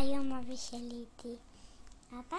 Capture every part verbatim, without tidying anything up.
היום אבא שלי איתי. אבא?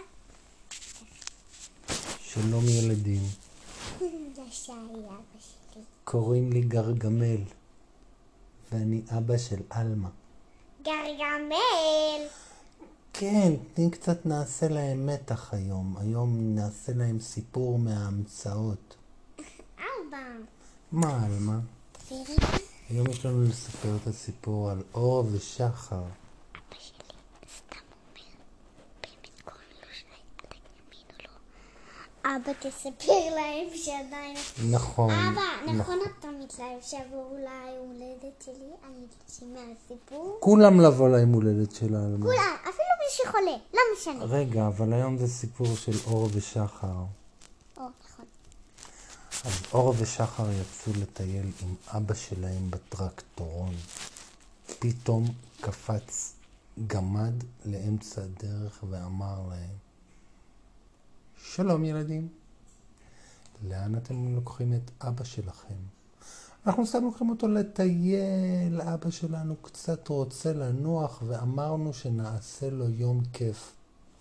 שלום ילדים. זה שי אבא שלי. קוראים לי גרגמל, ואני אבא של אלמה. גרגמל! כן, תני קצת נעשה להם מתח היום. היום נעשה להם סיפור מההמצאות. אבא. מה אלמה? תראי. היום יש לנו לספר את הסיפור על אור ושחר. אבא שלי סתם אומר, באמת קוראים לו שי, אל תאמינו לו. אבא תספר להם שעדיין... נכון. אבא, נכון אתה מתלהב שעבור ליום הולדת שלי? אני יוצא מהסיפור. כולם לבוא ליום הולדת של אלמה. כולם, אפילו מי שחולה, לא משנה. רגע, אבל היום זה סיפור של אור ושחר. או, נכון. אז אור ושחר יצאו לטייל עם אבא שלהם בטרקטורון. פתאום קפץ גמד לאמצע הדרך ואמר להם, שלום ילדים, לאן אתם לוקחים את אבא שלכם? אנחנו סתם לוקחים אותו לטייל, אבא שלנו קצת רוצה לנוח ואמרנו שנעשה לו יום כיף.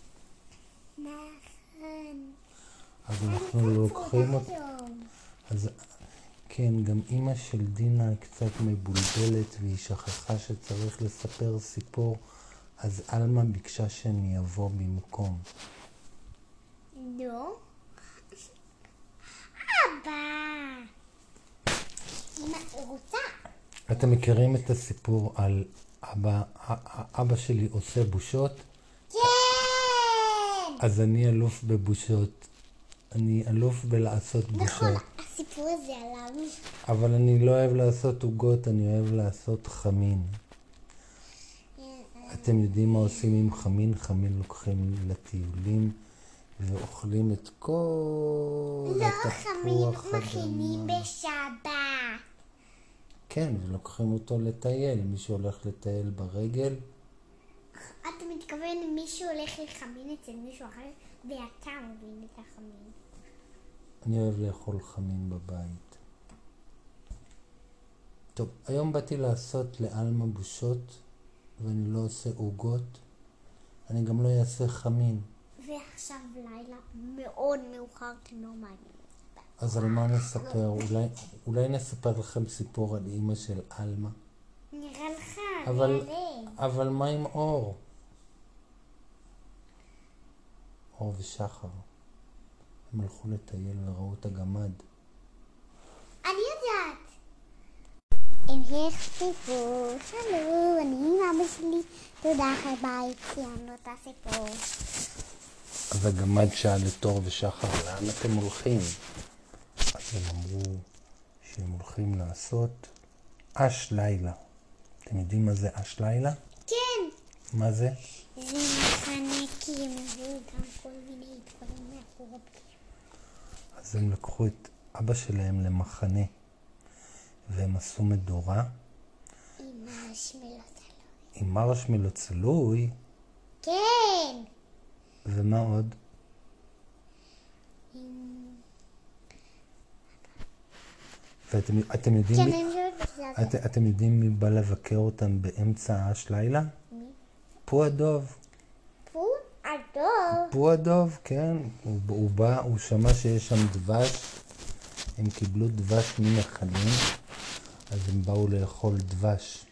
נכון. אז אנחנו לוקחים אותו. אז כן, גם אמא של דינה קצת מבולבלת והיא שכחה שצריך לספר סיפור, אז אלמה ביקשה שאני אבוא במקום. לא. אבא. אמא רוצה. אתם מכירים את הסיפור על אבא, אבא שלי עושה בושות? כן! אז אני אלוף בבושות. אני אלוף בלעשות בושות. נכון, הסיפור הזה עליו. אבל אני לא אוהב לעשות עוגות, אני אוהב לעשות חמין. אתם יודעים מה עושים עם חמין? חמין לוקחים לטיולים ואוכלים את כל לא, התפוח חמין מכינים אדמה. בשבת. כן, ולוקחים אותו לטייל. מי שהולך לטייל ברגל, אתה מתכוון מישהו הולך לחמין אצל מישהו אחר ואתה מבין את החמין. אני אוהב לאכול חמין בבית. טוב, היום באתי לעשות לאלמה בושות, ואני לא עושה עוגות. אני גם לא אעשה חמין. ועכשיו לילה מאוד מאוחר, אתם לא מעניינים. אז על מה נספר? אולי, אולי נספר לכם סיפור על אמא של אלמה. נראה לך, אבל, נעלה. אבל מה עם אור? אור ושחר. הם הלכו לטייל וראו את הגמד. אני יודעת. המשך סיפור, שלום, אני עם אבא שלי, תודה ביי, סיימנו את הסיפור. אז הגמד שאל את אור ושחר, לאן אתם הולכים? אז הם אמרו שהם הולכים לעשות אש לילה. אתם יודעים מה זה אש לילה? כן. מה זה? זה מחנה כי הם הביאו גם כל מיני דברים מאחורי. אז הם לקחו את אבא שלהם למחנה, והם עשו מדורה. עם מרשמלו צלוי. עם מרשמלו צלוי. כן. ומה עוד? עם... ואתם אתם יודעים, כן, מי, אני חושבת שזה. את, אתם יודעים מי בא לבקר אותם באמצע האש לילה? מי? פו הדוב. פו אדוב. פו הדוב, כן. הוא, הוא בא, הוא שמע שיש שם דבש. הם קיבלו דבש מנחלים, אז הם באו לאכול דבש.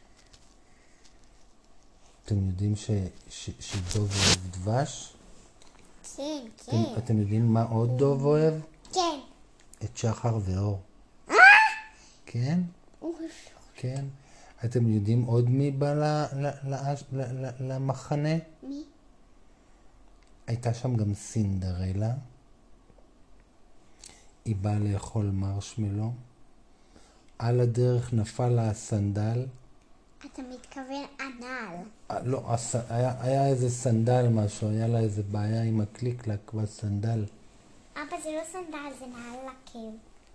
אתם יודעים ש, ש, שדוב אוהב דבש? כן, אתם, כן. אתם יודעים מה עוד דוב אוהב? כן. את שחר ואור. כן? כן. אתם יודעים עוד מי בא ל, ל, ל, ל, ל, למחנה? מי? הייתה שם גם סינדרלה. היא באה לאכול מרשמלו. על הדרך נפל לה הסנדל. אתה מתכוון ענל. אה, לא, הס... היה, היה איזה סנדל משהו, היה לה איזה בעיה עם הקליקלק בסנדל. אבא, זה לא סנדל, זה נעל עקב.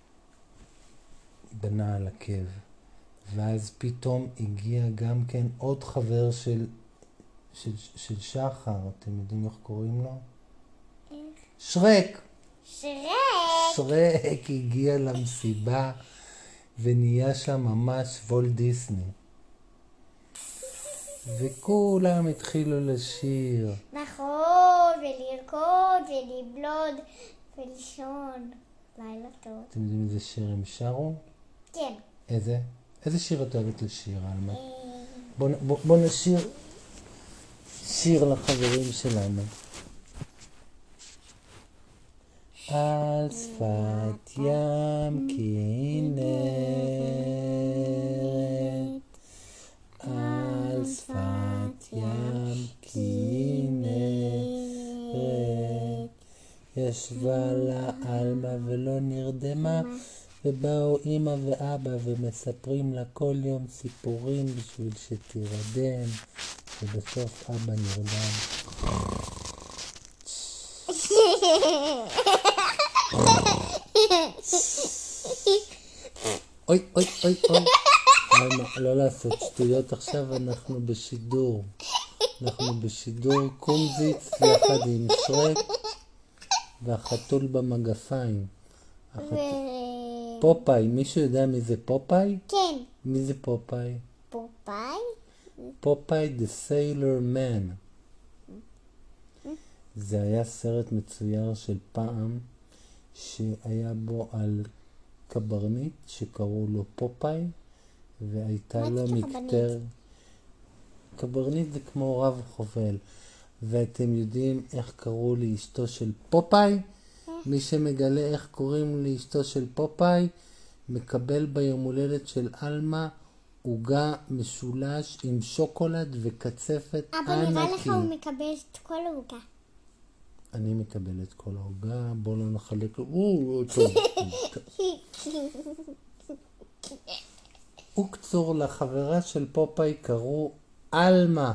בנה על עקב. ואז פתאום הגיע גם כן עוד חבר של, של, של שחר. אתם יודעים איך קוראים לו? איך? שרק. שרק. שרק הגיע למסיבה ונהיה שם ממש וולט דיסני. וכולם התחילו לשיר. נכון, ולרקוד, ולבלוד, ולישון. לילה טוב. אתם יודעים איזה שיר הם שרו? כן. איזה? איזה שיר את אוהבת לשיר, אלמה? בוא, בוא, בוא נשיר שיר לחברים שלנו. על שפת ים כנרת, על שפת ים כנרת, ישבה לה אלמה ולא נרדמה, ובאו אמא ואבא ומספרים לה כל יום סיפורים בשביל שתירדם, ובסוף אבא נרדם. אוי, אוי, אוי, אוי. לא לעשות שטויות עכשיו, אנחנו בשידור. אנחנו בשידור קומזיץ יחד עם שרק והחתול במגפיים. פופאי, מישהו יודע מי זה פופאי? כן. מי זה פופאי? פופאי? פופאי the Sailor Man. זה היה סרט מצויר של פעם שהיה בו על קברניט שקראו לו פופאי, והייתה לו מקטר. קברניט זה כמו רב חובל. ואתם יודעים איך קראו לאשתו של פופאי? מי שמגלה איך קוראים לאשתו של פופאי מקבל ביום הולדת של אלמה עוגה משולש עם שוקולד וקצפת ענקית. אבל נראה לך הוא מקבל את כל העוגה. אני מקבל את כל העוגה, בוא לא נחלק. או, טוב. וקצור, לחברה של פופאי קראו אלמה.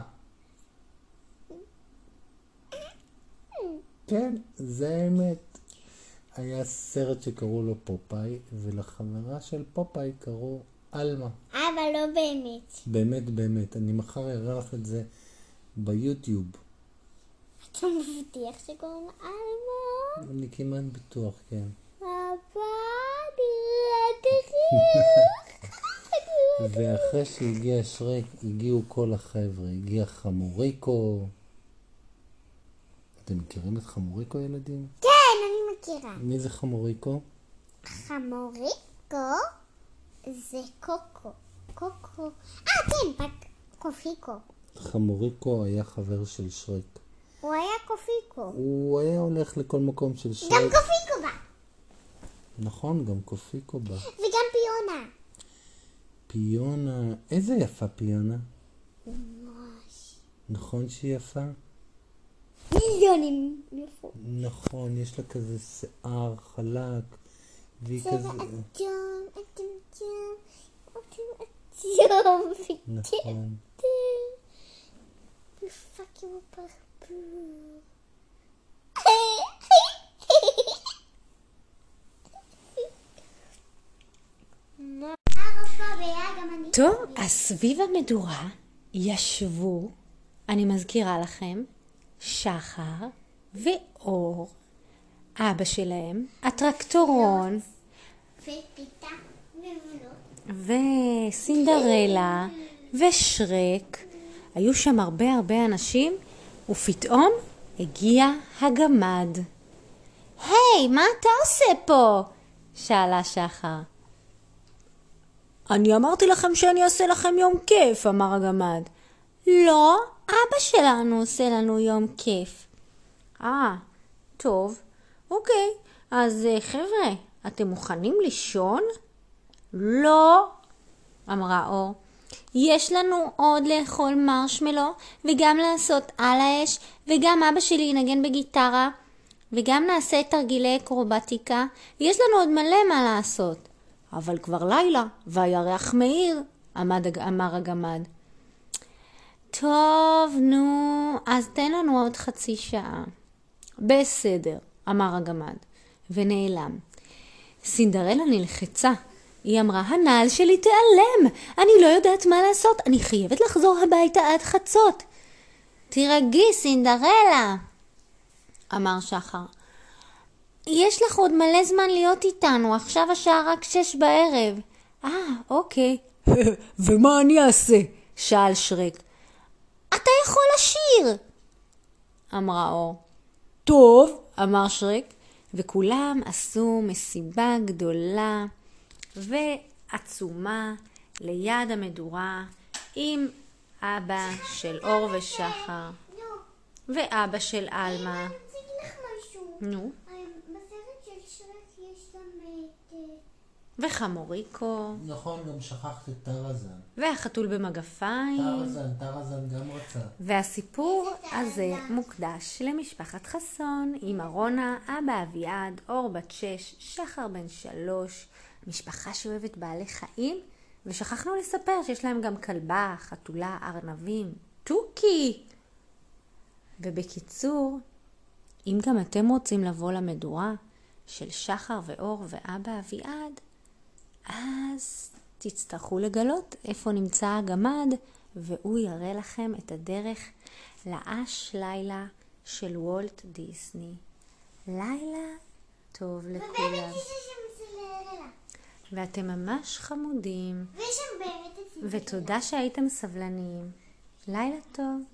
כן, זה האמת. היה סרט שקראו לו פופאי, ולחברה של פופאי קראו אלמה. אבל לא באמת. באמת, באמת. אני מחר אראה לך את זה ביוטיוב. אתה מבטיח שקוראים אלמה? אני כמעט בטוח, כן. אבא, נראה תחיוך. ואחרי שהגיע שרק, הגיעו כל החבר'ה. הגיע חמוריקו. אתם מכירים את חמוריקו, ילדים? כן, אני מכירה. מי זה חמוריקו? חמוריקו זה קוקו. קוקו. אה, כן, פק קופיקו. חמוריקו היה חבר של שרק. הוא היה קופיקו. הוא היה הולך לכל מקום של שרק. גם קופיקו בא. נכון, גם קופיקו בא. וגם פיונה. פיונה, איזה יפה פיונה. ממש. נכון שהיא יפה? מיליונים יפות. נכון, יש לה כזה שיער חלק, והיא צבע כזה... אדום, אדום, אדום, אדום, נכון. ופאקינג פרפור. טוב, אז סביב המדורה ישבו, אני מזכירה לכם, שחר ואור, אבא שלהם, הטרקטורון, ופיתה ומולות. וסינדרלה ושרק. היו שם הרבה הרבה אנשים, ופתאום הגיע הגמד. היי, מה אתה עושה פה? שאלה שחר. אני אמרתי לכם שאני אעשה לכם יום כיף, אמר הגמד. לא, אבא שלנו עושה לנו יום כיף. אה, טוב, אוקיי. אז חבר'ה, אתם מוכנים לישון? לא, אמרה אור. יש לנו עוד לאכול מרשמלו, וגם לעשות על האש, וגם אבא שלי ינגן בגיטרה, וגם נעשה תרגילי אקרובטיקה, ויש לנו עוד מלא מה לעשות. אבל כבר לילה, והירח מאיר, עמד, אמר הגמד. טוב, נו, אז תן לנו עוד חצי שעה. בסדר, אמר הגמד, ונעלם. סינדרלה נלחצה. היא אמרה, הנעל שלי תיעלם. אני לא יודעת מה לעשות. אני חייבת לחזור הביתה עד חצות. תירגעי, סינדרלה, אמר שחר. יש לך עוד מלא זמן להיות איתנו. עכשיו השעה רק שש בערב. אה, אוקיי. ומה אני אעשה? שאל שרק. אתה יכול לשיר, אמרה אור. טוב, אמר שרק, וכולם עשו מסיבה גדולה ועצומה ליד המדורה עם אבא של אור ושחר ואבא של אלמה. אני רוצה להגיד לך משהו. נו. בסרט של שרק יש גם את... וחמוריקו. נכון, גם שכחת את טרזן. והחתול במגפיים. טרזן, טרזן גם רצה. והסיפור הזה מוקדש למשפחת חסון, עם ארונה, אבא אביעד, אור בת שש, שחר בן שלוש, משפחה שאוהבת בעלי חיים, ושכחנו לספר שיש להם גם כלבה, חתולה, ארנבים, טוקי. ובקיצור, אם גם אתם רוצים לבוא למדורה של שחר ואור ואבא אביעד, אז תצטרכו לגלות איפה נמצא הגמד, והוא יראה לכם את הדרך לאש לילה של וולט דיסני. לילה טוב לכולם. ובאמת יש שם סלרלה. ואתם ממש חמודים, ויש שם באמת את... ותודה שהייתם סבלניים. לילה טוב.